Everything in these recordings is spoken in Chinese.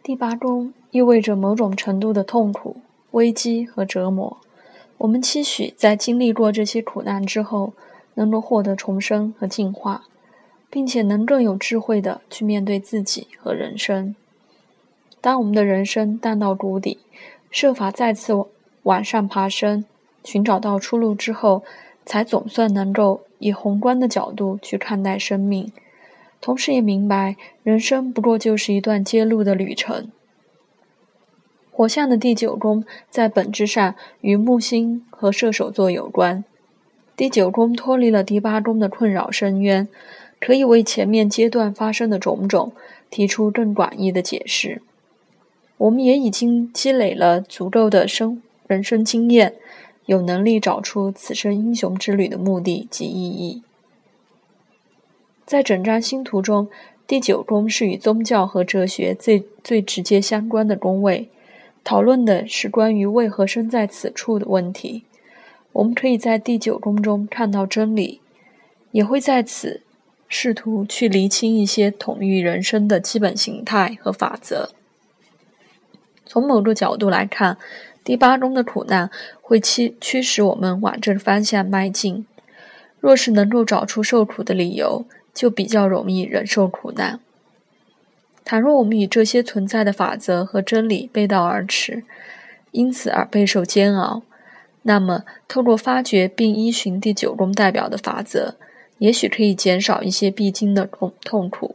第八宫意味着某种程度的痛苦、危机和折磨。我们期许在经历过这些苦难之后，能够获得重生和进化，并且能更有智慧地去面对自己和人生。当我们的人生荡到谷底，设法再次往上爬升，寻找到出路之后，才总算能够以宏观的角度去看待生命，同时也明白人生不过就是一段揭露的旅程。火象的第九宫在本质上与木星和射手座有关。第九宫脱离了第八宫的困扰深渊，可以为前面阶段发生的种种提出更广义的解释。我们也已经积累了足够的人生经验，有能力找出此生英雄之旅的目的及意义。在整张星图中，第九宫是与宗教和哲学最直接相关的宫位，讨论的是关于为何生在此处的问题。我们可以在第九宫中看到真理，也会在此试图去厘清一些统御人生的基本形态和法则。从某个角度来看，第八宫的苦难会驱使我们往这个方向迈进。若是能够找出受苦的理由，就比较容易忍受苦难。倘若我们与这些存在的法则和真理背道而驰，因此而备受煎熬，那么透过发掘并依循第九宫代表的法则，也许可以减少一些必经的痛苦。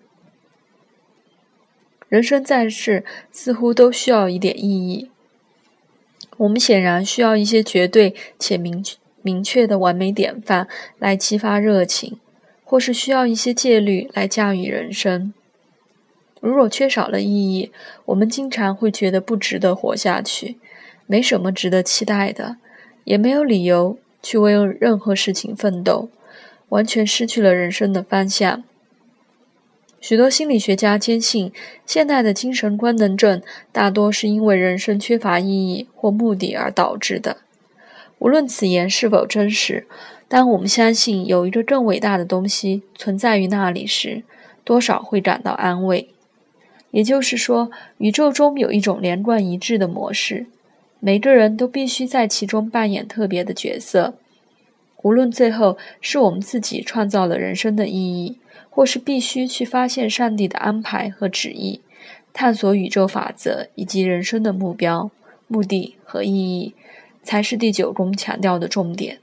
人生在世似乎都需要一点意义，我们显然需要一些绝对且明确的完美典范来激发热情，或是需要一些戒律来驾驭人生。如果缺少了意义，我们经常会觉得不值得活下去，没什么值得期待的，也没有理由去为任何事情奋斗，完全失去了人生的方向。许多心理学家坚信，现代的精神官能症大多是因为人生缺乏意义或目的而导致的。无论此言是否真实，当我们相信有一个更伟大的东西存在于那里时，多少会感到安慰。也就是说，宇宙中有一种连贯一致的模式，每个人都必须在其中扮演特别的角色。无论最后是我们自己创造了人生的意义，或是必须去发现上帝的安排和旨意，探索宇宙法则以及人生的目标、目的和意义，才是第九宫强调的重点。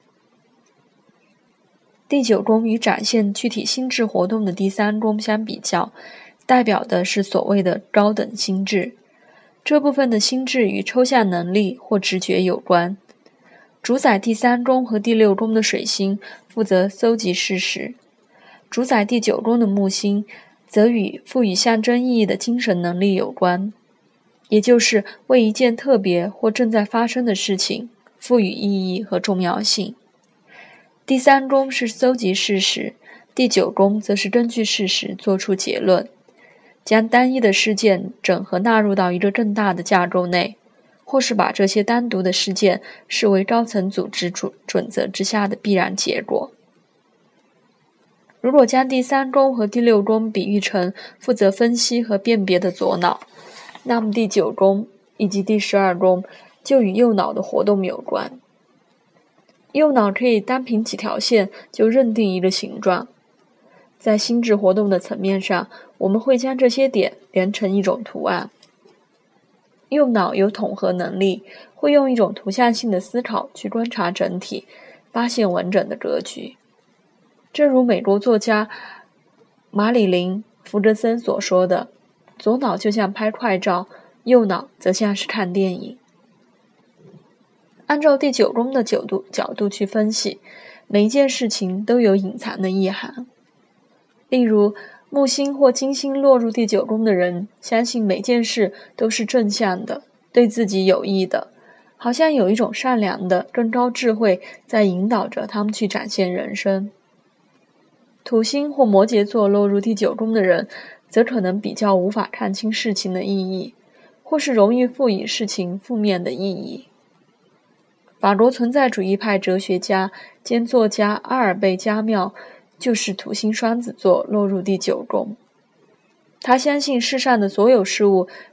第九宫与展现具体心智活动的第三宫相比较，代表的是所谓的高等心智。这部分的心智与抽象能力或直觉有关。主宰第三宫和第六宫的水星负责搜集事实，主宰第九宫的木星则与赋予象征意义的精神能力有关，也就是为一件特别或正在发生的事情赋予意义和重要性。第三宫是搜集事实，第九宫则是根据事实做出结论，将单一的事件整合纳入到一个更大的架构内，或是把这些单独的事件视为高层组织准则之下的必然结果。如果将第三宫和第六宫比喻成负责分析和辨别的左脑，那么第九宫以及第12宫就与右脑的活动有关。右脑可以单凭几条线就认定一个形状，在心智活动的层面上，我们会将这些点连成一种图案。右脑有统合能力，会用一种图像性的思考去观察整体，发现完整的格局。正如美国作家马里琳·福格森所说的，左脑就像拍快照，右脑则像是看电影。按照第九宫的角度去分析，每一件事情都有隐藏的意涵。例如，木星或金星落入第九宫的人，相信每件事都是正向的，对自己有益的，好像有一种善良的更高智慧在引导着他们去展现人生。土星或摩羯座落入第九宫的人，则可能比较无法看清事情的意义，或是容易赋予事情负面的意义。法国存在主义派哲学家兼作家阿尔贝·加缪就是土星双子座落入第九宫。他相信世上的所有事物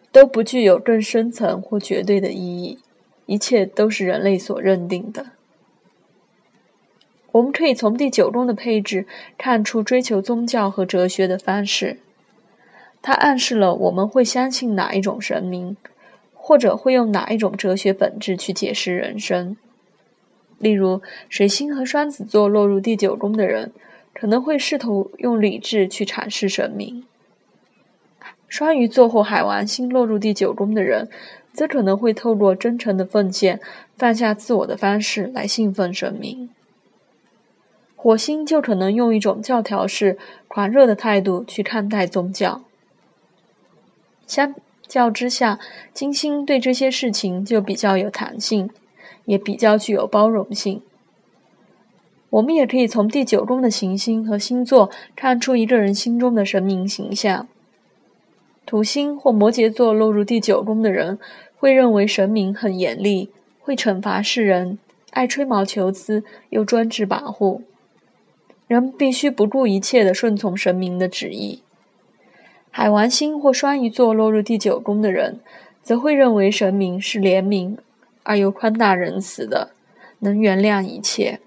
都不具有更深层或绝对的意义，一切都是人类所认定的。我们可以从第9宫的配置看出追求宗教和哲学的方式，它暗示了我们会相信哪一种神明，或者会用哪一种哲学本质去解释人生。例如，水星和双子座落入第9宫的人，可能会试图用理智去阐释神明；双鱼座或海王星落入第9宫的人，则可能会透过真诚的奉献、放下自我的方式来信奉神明。火星就可能用一种教条式、狂热的态度去看待宗教。相较之下，金星对这些事情就比较有弹性，也比较具有包容性。我们也可以从第9宫的行星和星座看出一个人心中的神明形象。土星或摩羯座落入第9宫的人，会认为神明很严厉，会惩罚世人，爱吹毛求疵，又专制跋扈。人必须不顾一切地顺从神明的旨意。海王星或双鱼座落入第9宫的人，则会认为神明是怜悯而又宽大仁慈的，能原谅一切。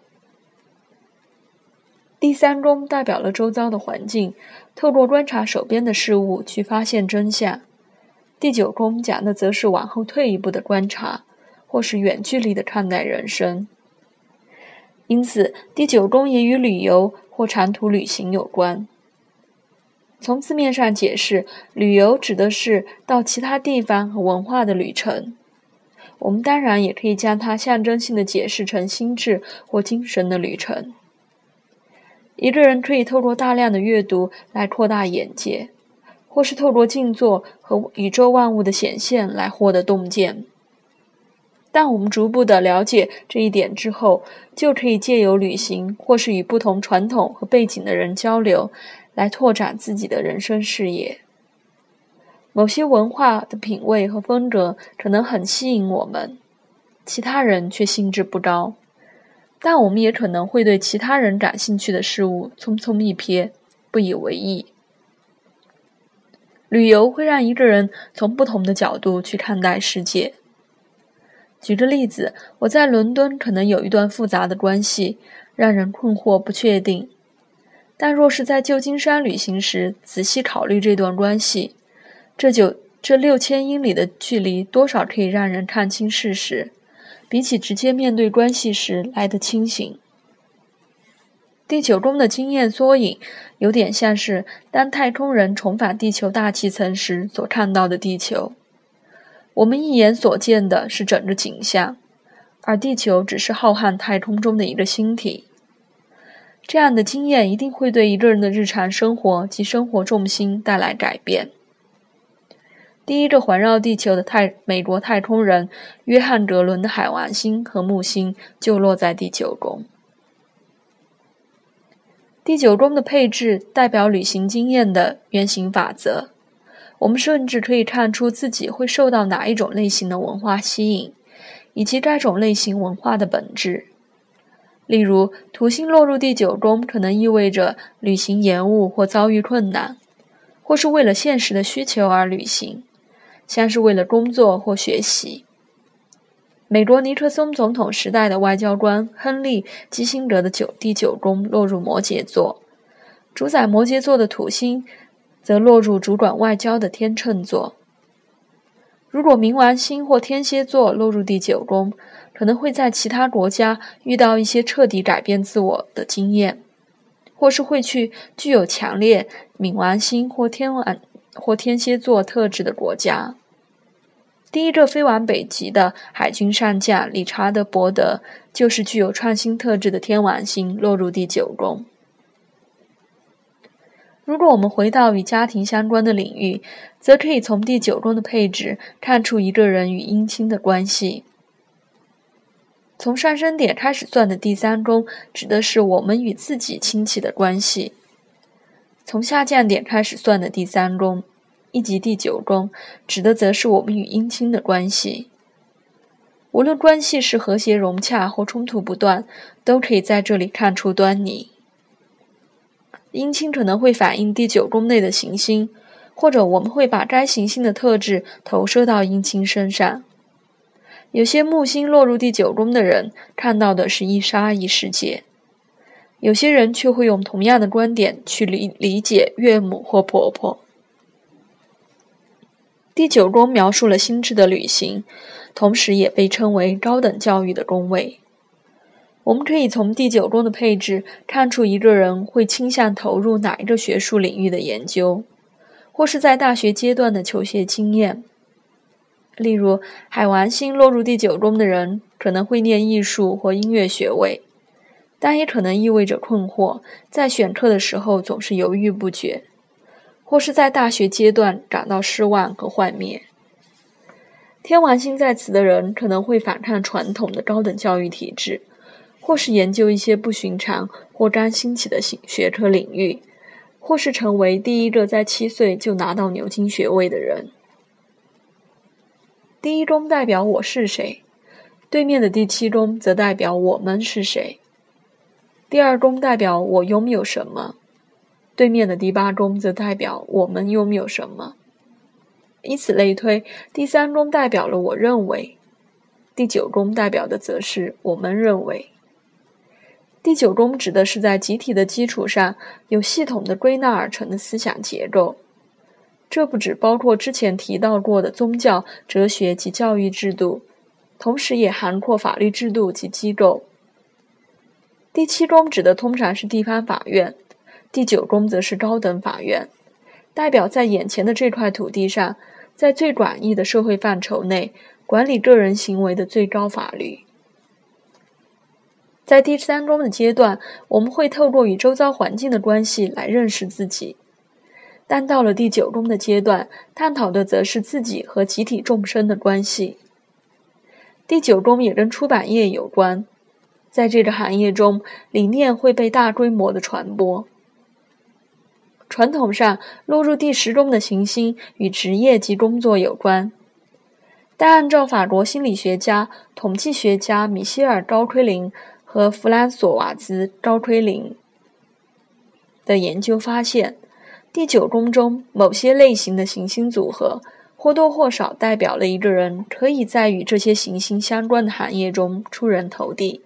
第3宫代表了周遭的环境，透过观察手边的事物去发现真相。第9宫讲的则是往后退一步的观察，或是远距离的看待人生。因此，第9宫也与旅游或长途旅行有关。从字面上解释，旅游指的是到其他地方和文化的旅程。我们当然也可以将它象征性的解释成心智或精神的旅程。一个人可以透过大量的阅读来扩大眼界，或是透过静坐和宇宙万物的显现来获得洞见。当我们逐步的了解这一点之后，就可以借由旅行或是与不同传统和背景的人交流，来拓展自己的人生视野。某些文化的品味和风格可能很吸引我们，其他人却兴致不高。但我们也可能会对其他人感兴趣的事物匆匆一瞥，不以为意。旅游会让一个人从不同的角度去看待世界。举个例子，我在伦敦可能有一段复杂的关系，让人困惑不确定。但若是在旧金山旅行时仔细考虑这段关系，这6000英里的距离多少可以让人看清事实，比起直接面对关系时来得清醒。第9宫的经验缩影，有点像是当太空人重返地球大气层时所看到的地球。我们一眼所见的是整个景象，而地球只是浩瀚太空中的一个星体。这样的经验一定会对一个人的日常生活及生活重心带来改变。第一个环绕地球的美国太空人约翰·格伦的海王星和木星就落在第9宫。第9宫的配置代表旅行经验的原型法则。我们甚至可以看出自己会受到哪一种类型的文化吸引，以及该种类型文化的本质。例如，土星落入第9宫可能意味着旅行延误或遭遇困难，或是为了现实的需求而旅行，像是为了工作或学习。美国尼克松总统时代的外交官亨利·基辛格的第9宫落入摩羯座，主宰摩羯座的土星则落入主管外交的天秤座。如果冥王星或天蝎座落入第9宫，可能会在其他国家遇到一些彻底改变自我的经验，或是会去具有强烈冥王星或天蝎座特质的国家。第一个飞往北极的海军上将理查德·伯德，就是具有创新特质的天王星落入第9宫。如果我们回到与家庭相关的领域，则可以从第9宫的配置看出一个人与姻亲的关系。从上升点开始算的第3宫，指的是我们与自己亲戚的关系。从下降点开始算的第3宫，以及第9宫，指的则是我们与姻亲的关系。无论关系是和谐融洽或冲突不断，都可以在这里看出端倪。姻亲可能会反映第9宫内的行星， 或者我们会把该行星的特质投射到阴亲身上。有些木星落入第9宫的人看到的是一沙一世界，有些人却会用同样的观点去理解岳母或婆婆。第9宫描述了心智的旅行，同时也被称为高等教育的宫位。我们可以从第9宫的配置看出一个人会倾向投入哪一个学术领域的研究，或是在大学阶段的求学经验。例如，海王星落入第9宫的人可能会念艺术或音乐学位，但也可能意味着困惑，在选课的时候总是犹豫不决，或是在大学阶段感到失望和幻灭。天王星在此的人可能会反抗传统的高等教育体制，或是研究一些不寻常或刚兴起的学科领域，或是成为第一个在7岁就拿到牛津学位的人。第1宫代表我是谁，对面的第7宫则代表我们是谁。第2宫代表我拥有什么，对面的第8宫则代表我们拥有什么。以此类推，第3宫代表了我认为，第9宫代表的则是我们认为。第9宫指的是在集体的基础上有系统的归纳而成的思想结构，这不只包括之前提到过的宗教、哲学及教育制度，同时也涵括法律制度及机构。第7宫指的通常是地方法院，第9宫则是高等法院，代表在眼前的这块土地上，在最广义的社会范畴内，管理个人行为的最高法律。在第3宫的阶段，我们会透过与周遭环境的关系来认识自己，但到了第9宫的阶段，探讨的则是自己和集体众生的关系。第9宫也跟出版业有关，在这个行业中，理念会被大规模的传播。传统上，落入第10宫的行星与职业及工作有关，但按照法国心理学家、统计学家米歇尔·高奎林和弗兰索瓦兹·高奎林的研究发现，第9宫中某些类型的行星组合或多或少代表了一个人可以在与这些行星相关的行业中出人头地。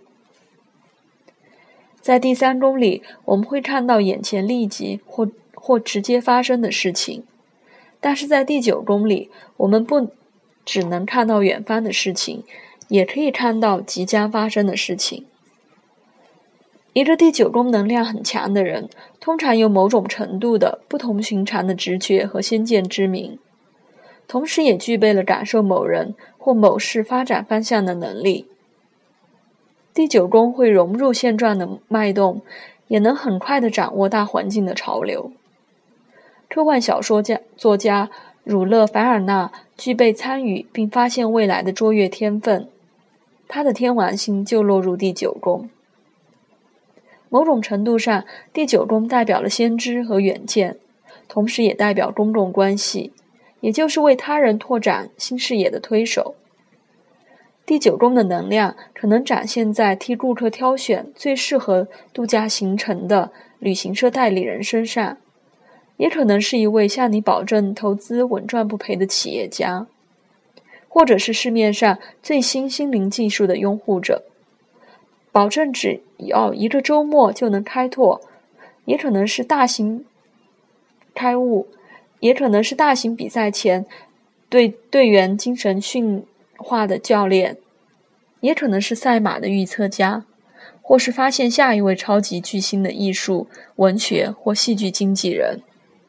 在第3宫里，我们会看到眼前立即或直接发生的事情，但是在第9宫里，我们不只能看到远方的事情，也可以看到即将发生的事情。一个第9宫能量很强的人，通常有某种程度的不同寻常的直觉和先见之明，同时也具备了感受某人或某事发展方向的能力。第9宫会融入现状的脉动，也能很快地掌握大环境的潮流。科幻小说作家儒勒·凡尔纳具备参与并发现未来的卓越天分，他的天王星就落入第9宫。某种程度上，第9宫代表了先知和远见，同时也代表公共关系，也就是为他人拓展新视野的推手。第9宫的能量可能展现在替顾客挑选最适合度假行程的旅行社代理人身上，也可能是一位向你保证投资稳赚不赔的企业家，或者是市面上最新心灵技术的拥护者，保证只要一个周末就能开拓，也可能是大型开悟，也可能是大型比赛前对队员精神训化的教练，也可能是赛马的预测家，或是发现下一位超级巨星的艺术、文学或戏剧经纪人。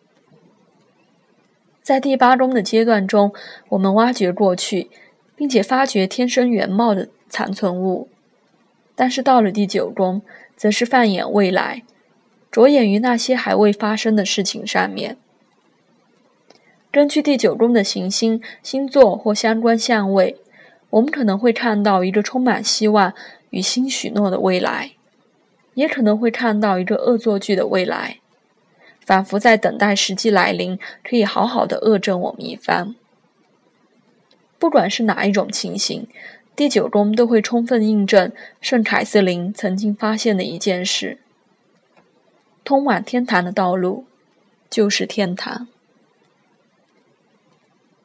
在第8宫的阶段中，我们挖掘过去，并且发掘天生原貌的残存物，但是到了第9宫，则是放眼未来，着眼于那些还未发生的事情上面。根据第9宫的行星、星座或相关相位，我们可能会看到一个充满希望与新许诺的未来，也可能会看到一个恶作剧的未来，仿佛在等待时机来临，可以好好的恶整我们一番。不管是哪一种情形，第9宫都会充分印证圣凯瑟琳曾经发现的一件事：通往天堂的道路就是天堂。